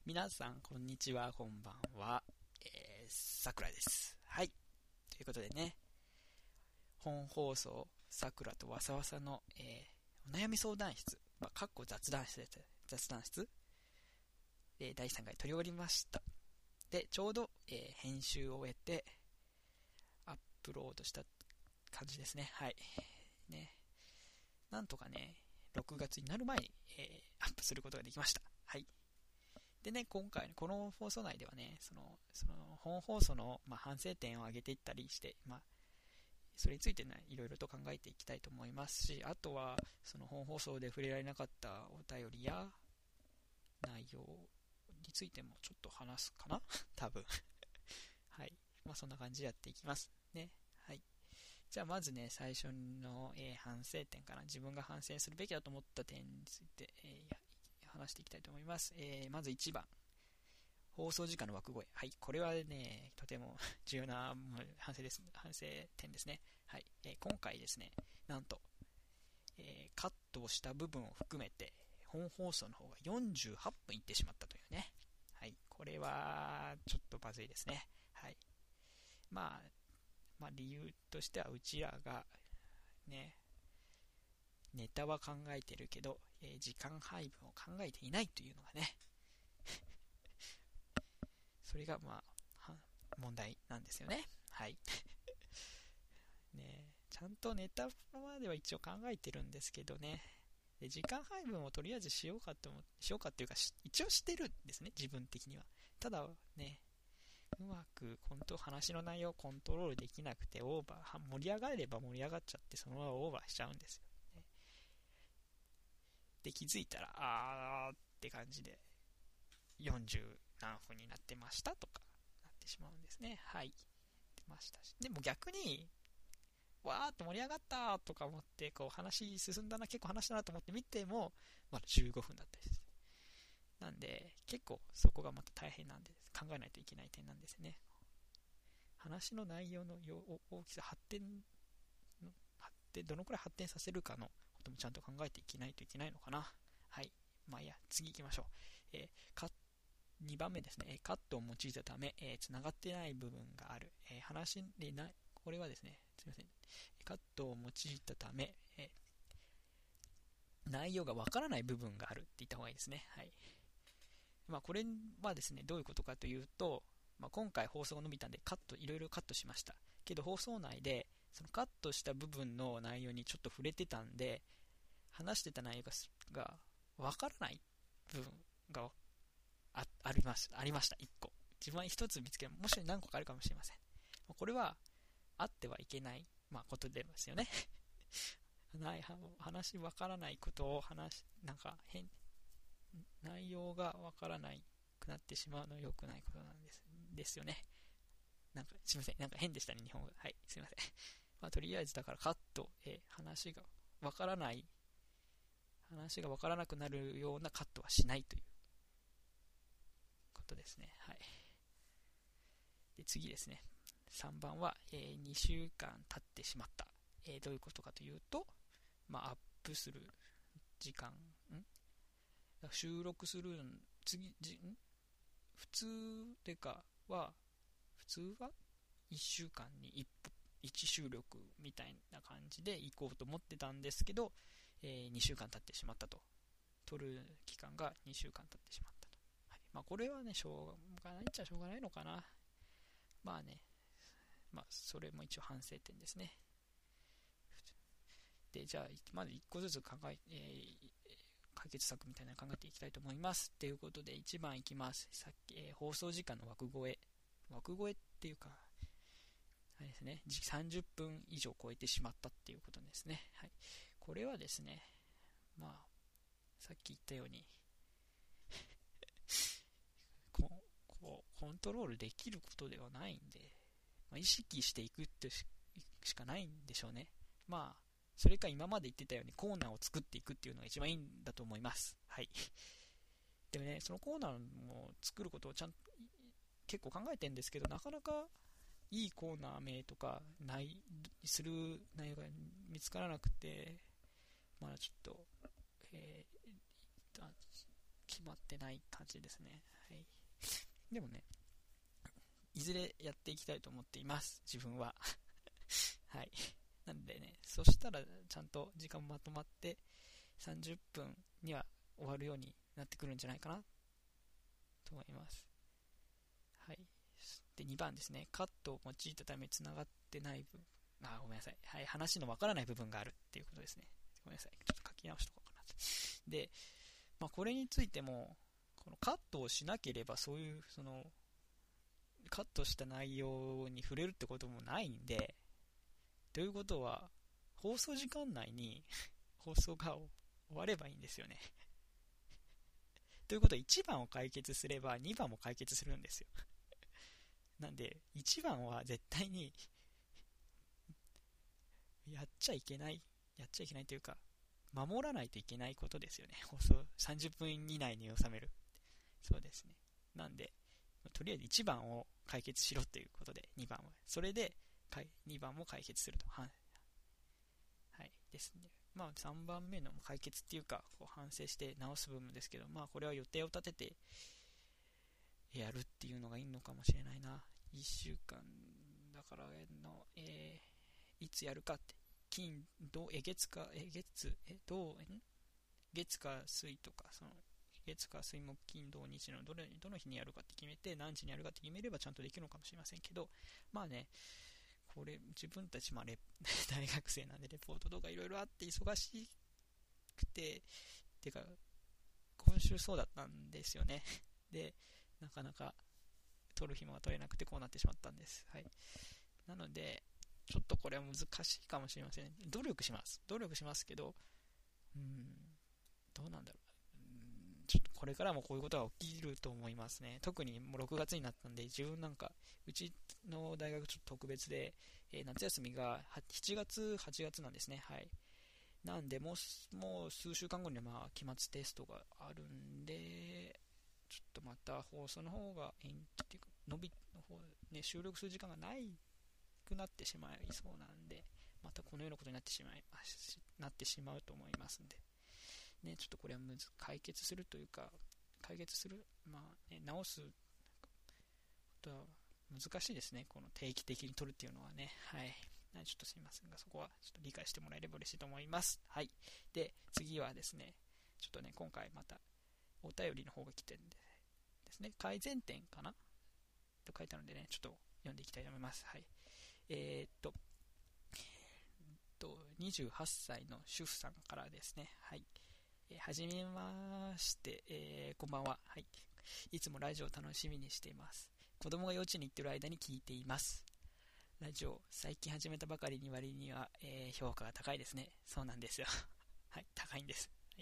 皆さん、こんにちは、こんばんは。さくらです。はい。ということでね、本放送、さくらとわさわさの、お悩み相談室、かっこ雑談室です。雑談室で、第3回取り終わりました。で、ちょうど、編集を終えて、アップロードした感じですね。はい。ね。なんとかね、6月になる前に、アップすることができました。はい。でね、今回、この放送内ではね、その本放送の、反省点を挙げていったりして、それについてね、いろいろと考えていきたいと思いますし、あとは、その本放送で触れられなかったお便りや内容についてもちょっと話すかな多分。はい。そんな感じでやっていきますね。はい。じゃあまずね、最初の、反省点かな。自分が反省するべきだと思った点について、話していきたいと思います。まず1番。放送時間の枠越え。はい。これはね、とても重要な反省点ですね。はい。今回ですね、なんと、カットをした部分を含めて、本放送の方が48分いってしまったというね。はい。これは、ちょっとまずいですね。はい。理由としては、うちらが、ね、ネタは考えてるけど、時間配分を考えていないというのがね、それが問題なんですよね。はい。ね、ちゃんとネタまでは一応考えてるんですけどね。で、時間配分をとりあえずしようかっていうか、一応してるんですね、自分的には。ただね、うまく話の内容をコントロールできなくて盛り上がれば盛り上がっちゃってそのままオーバーしちゃうんですよ、ね。で、気づいたら、って感じで40何分になってましたとかなってしまうんですね。はい。出ましたし。でも逆に、わーっと盛り上がったとか思って、話進んだな、結構話したなと思って見ても、まだ15分だったりです。なんで、結構そこがまた大変なんで、考えないといけない点なんですね。話の内容の大きさ、どのくらい発展させるかのこともちゃんと考えていけないといけないのかな。はい。次行きましょう。2番目ですね。カットを用いたため、繋がってない部分がある。話でない、これはですね、すみません。カットを用いたため、内容がわからない部分があるって言った方がいいですね。はい。これはですね、どういうことかというと、今回放送が伸びたんでいろいろカットしました。けど放送内で、そのカットした部分の内容にちょっと触れてたんで、話してた内容がわからない部分がありました。1個。自分は1つ見つけ、もし何個かあるかもしれません。これは、あってはいけない、ことですよね。話わからないことを内容がわからないくなってしまうのは良くないことなんですよね。すいません。変でしたね、日本語。はい、すいません。とりあえずだからカット、話がわからなくなるようなカットはしないということですね。はい。で、次ですね。3番は、2週間経ってしまった。どういうことかというと、アップする時間、収録する普通てかは、普通は1週間に1収録みたいな感じで行こうと思ってたんですけど、2週間経ってしまったと。撮る期間が2週間経ってしまったと。はい。これはね、しょうがないっちゃしょうがないのかな。それも一応反省点ですね。で、じゃあ、まず1個ずつ解決策みたいなのを考えていきたいと思います。ということで、1番いきます。さっき、放送時間の枠越え。枠越えっていうか、あれですね、30分以上超えてしまったっていうことですね。はい。これはですね、さっき言ったようにコントロールできることではないんで、意識していくってしかないんでしょうね。それか今まで言ってたようにコーナーを作っていくっていうのが一番いいんだと思います。はい。でもね、そのコーナーも作ることを結構考えてるんですけど、なかなかいいコーナー名とかする内容が見つからなくて、ちょっと、 決まってない感じですね。はい。でもね、いずれやっていきたいと思っています、自分は。はい。なんでね、そしたらちゃんと時間まとまって30分には終わるようになってくるんじゃないかなと思います。はい。で、2番ですね。カットを用いたため繋がってない部分。ごめんなさい。はい。話のわからない部分があるっていうことですね。ごめんなさい。ちょっと書き直しとこうかなと。で、これについても、このカットをしなければそういう、カットした内容に触れるってこともないんで、ということは、放送時間内に放送が終わればいいんですよね。ということは1番を解決すれば2番も解決するんですよ。なんで、1番は絶対にやっちゃいけないというか、守らないといけないことですよね。放送30分以内に収める。そうですね。なんで、とりあえず1番を解決しろということで、2番は。それで、2番も解決すると。はいですね。3番目の解決っていうか、反省して直す部分ですけど、これは予定を立ててやるっていうのがいいのかもしれないな。1週間だからの、いつやるかって、金、土、月か、月か水とか、月か水木金土日のどの日にやるかって決めて、何時にやるかって決めればちゃんとできるのかもしれませんけど、これ自分たち大学生なんでレポートとかいろいろあって忙しくて、てか今週そうだったんですよね。で、なかなか取る暇が取れなくてこうなってしまったんです。はい。なのでちょっとこれは難しいかもしれません。努力しますけど、どうなんだろう。ちょっとこれからもこういうことが起きると思いますね。特にもう6月になったんで、自分うちの大学ちょっと特別で、夏休みが7月、8月なんですね。はい。なんで、もう数週間後には期末テストがあるんで、ちょっとまた放送の方が延期っていうか、伸びの方、ね、収録する時間がないくなってしまいそうなんで、またこのようなことになってしまうと思いますんで。ちょっとこれは解決するというか、直すことは難しいですね。この定期的に取るっていうのはね。はい。ちょっとすいませんが、そこはちょっと理解してもらえれば嬉しいと思います。はい。で、次はですね、ちょっとね、今回またお便りの方が来てるんでですね、改善点かなと書いてあるんでね、ちょっと読んでいきたいと思います。はい。28歳の主婦さんからですね。はい。はじめまして、こんばんは。はい。いつもラジオを楽しみにしています。子供が幼稚園に行っている間に聞いています。ラジオ、最近始めたばかりに割には、評価が高いですね。そうなんですよ。はい、高いんです。はい。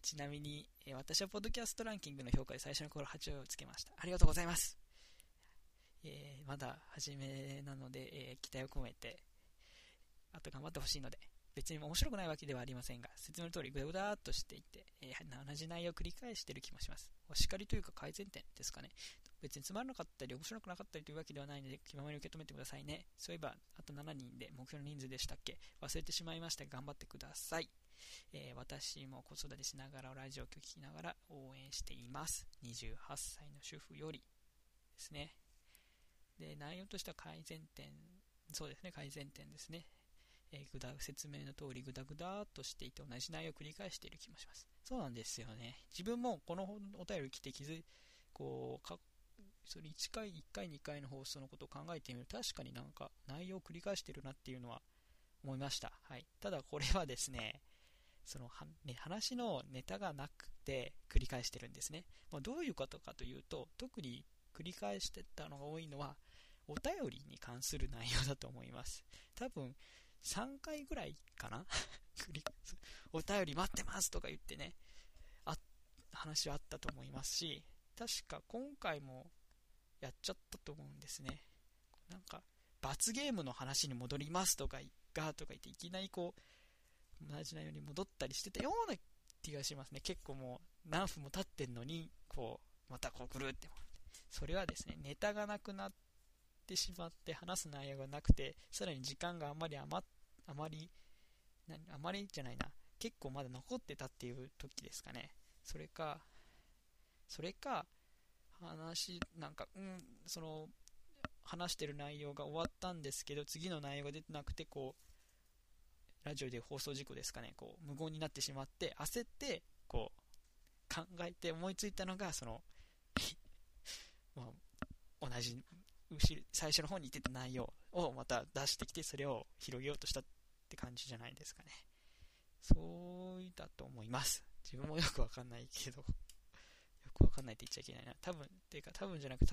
ちなみに、私はポッドキャストランキングの評価で最初の頃8をつけました。ありがとうございます。まだ初めなので、期待を込めて、あと頑張ってほしいので、別に面白くないわけではありませんが、説明の通りグダグダーっとしていて、同じ内容を繰り返している気もします。お叱りというか改善点ですかね。別につまらなかったり面白くなかったりというわけではないので、気ままに受け止めてくださいね。そういえば、あと7人で目標の人数でしたっけ？忘れてしまいましたが、頑張ってください。私も子育てしながらラジオを聞きながら応援しています。28歳の主婦よりですね。で、内容としては改善点ですね。説明の通りグダグダーっとしていて同じ内容を繰り返している気もします。そうなんですよね。自分もこのお便り来てそれ1回、2回の放送のことを考えてみると確かになんか内容を繰り返しているなっていうのは思いました。はい。ただこれはですね、話のネタがなくて繰り返してるんですね。どういうことかというと、特に繰り返してたのが多いのはお便りに関する内容だと思います。多分3回ぐらいかなお便り待ってますとか言ってね、話はあったと思いますし、確か今回もやっちゃったと思うんですね。なんか罰ゲームの話に戻りますとか言っていきなり同じ内容に戻ったりしてたような気がしますね。結構もう何分も経ってんのにまた来るって、それはですね、ネタがなくなってしまって話す内容がなくて、さらに時間があまりじゃないな、結構まだ残ってたっていう時ですかね。 それか、なんか、その、話してる内容が終わったんですけど、次の内容が出てなくて、こう、ラジオで放送事故ですかね、こう、無言になってしまって、焦って、こう、考えて思いついたのが、その、まあ、同じ、最初の方に言ってた内容をまた出してきて、それを広げようとしたって感じじゃないですかね。そうだと思います。自分もよくわかんないけど、よくわかんないって言っちゃいけないな。多分、っていうか多分じゃなくて、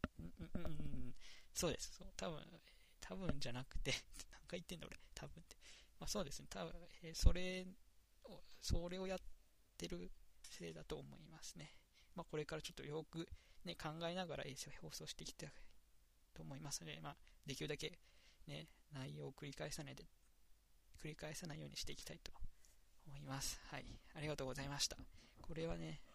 そうです。そう、多分じゃなくて、何回言ってんだ俺、多分って。まあそうですね、多分、それをやってるせいだと思いますね。まあこれからちょっとよくね、考えながら放送していきたいと思いますので、まあできるだけね、内容を繰り返さないようにしていきたいと思います。はい、ありがとうございました。これはね、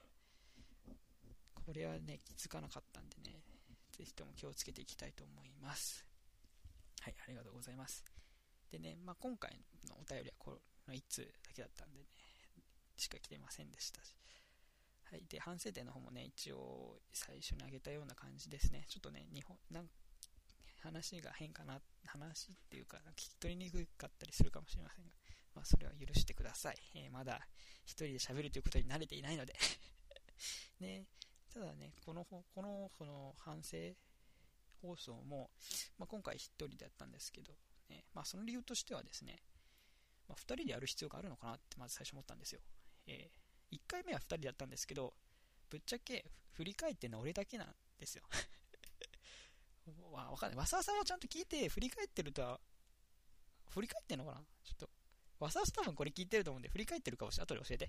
気づかなかったんでね、ぜひとも気をつけていきたいと思います。はい、ありがとうございます。でね、まあ、今回のお便りはこの1通だけだったんでね、しか来てませんでしたし。はい、で、反省点の方もね、一応最初に挙げたような感じですね。ちょっとね、話が変かな、話っていうか、聞き取りにくかったりするかもしれませんが、まあ、それは許してください。まだ一人で喋るということに慣れていないのでね、ただね、この反省放送も、まあ、今回一人でやったんですけど、ね、まあ、その理由としてはですね、まあ、2人でやる必要があるのかなってまず最初思ったんですよ。1回目は2人でやったんですけど、ぶっちゃけ振り返ってんのは俺だけなんですよ。わかんない。わさわさもちゃんと聞いて振り返ってるとは、振り返ってんのかな、ちょっと。わさわさ多分これ聞いてると思うんで、振り返ってるかもしれない。後で教えて。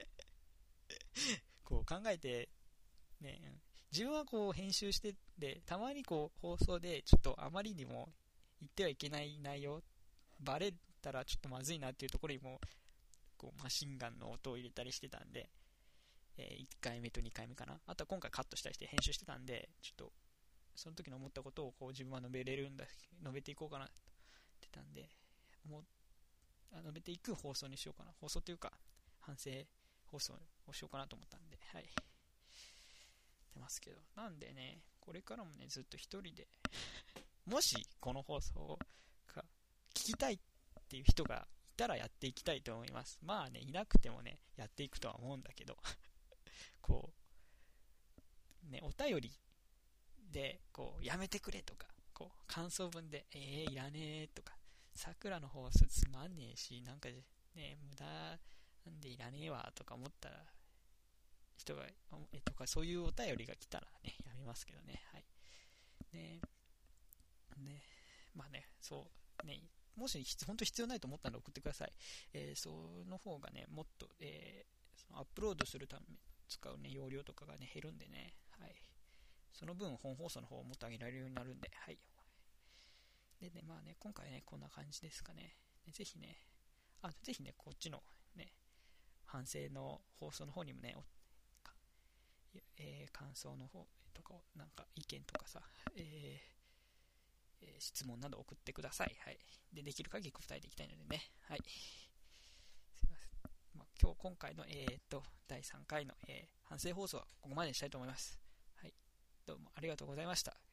こう考えて、ね、自分はこう編集してで、たまにこう放送でちょっとあまりにも言ってはいけない内容、バレたらちょっとまずいなっていうところにもこうマシンガンの音を入れたりしてたんで、1回目と2回目かな、あとは今回カットしたりして編集してたんで、ちょっとその時に思ったことをこう自分は述べていこうかなって言ってたんで、述べていく放送にしようかな、放送というか反省放送をしようかなと思ったんで、はい、出ますけど、なんでね、これからもね、ずっと一人でもしこの放送が聞きたいっていう人がいたらやっていきたいと思います。まあね、いなくてもね、やっていくとは思うんだけどこうね、お便りでこうやめてくれとか、こう感想文でいらねえとか、さくらの放送つまんねえし、なんかね、無駄なんでいらねえわとか思ったら人がとか、そういうお便りが来たらね、やめますけどね。はい。ね、まあね、そうね、もし本当必要ないと思ったら送ってください。その方がね、もっと、そのアップロードするため使うね、容量とかがね、減るんでね、はい。その分本放送の方をもっと上げられるようになるんで、はい。でね、まあね、今回ね、こんな感じですかね。ぜひね、こっちのね、反省の放送の方にもね、感想の方とか、なんか意見とかさ、質問など送ってください。はい。できる限り答えていきたいのでね。はい。すいません。まあ、今回の、第3回の、反省放送はここまでにしたいと思います。はい。どうもありがとうございました。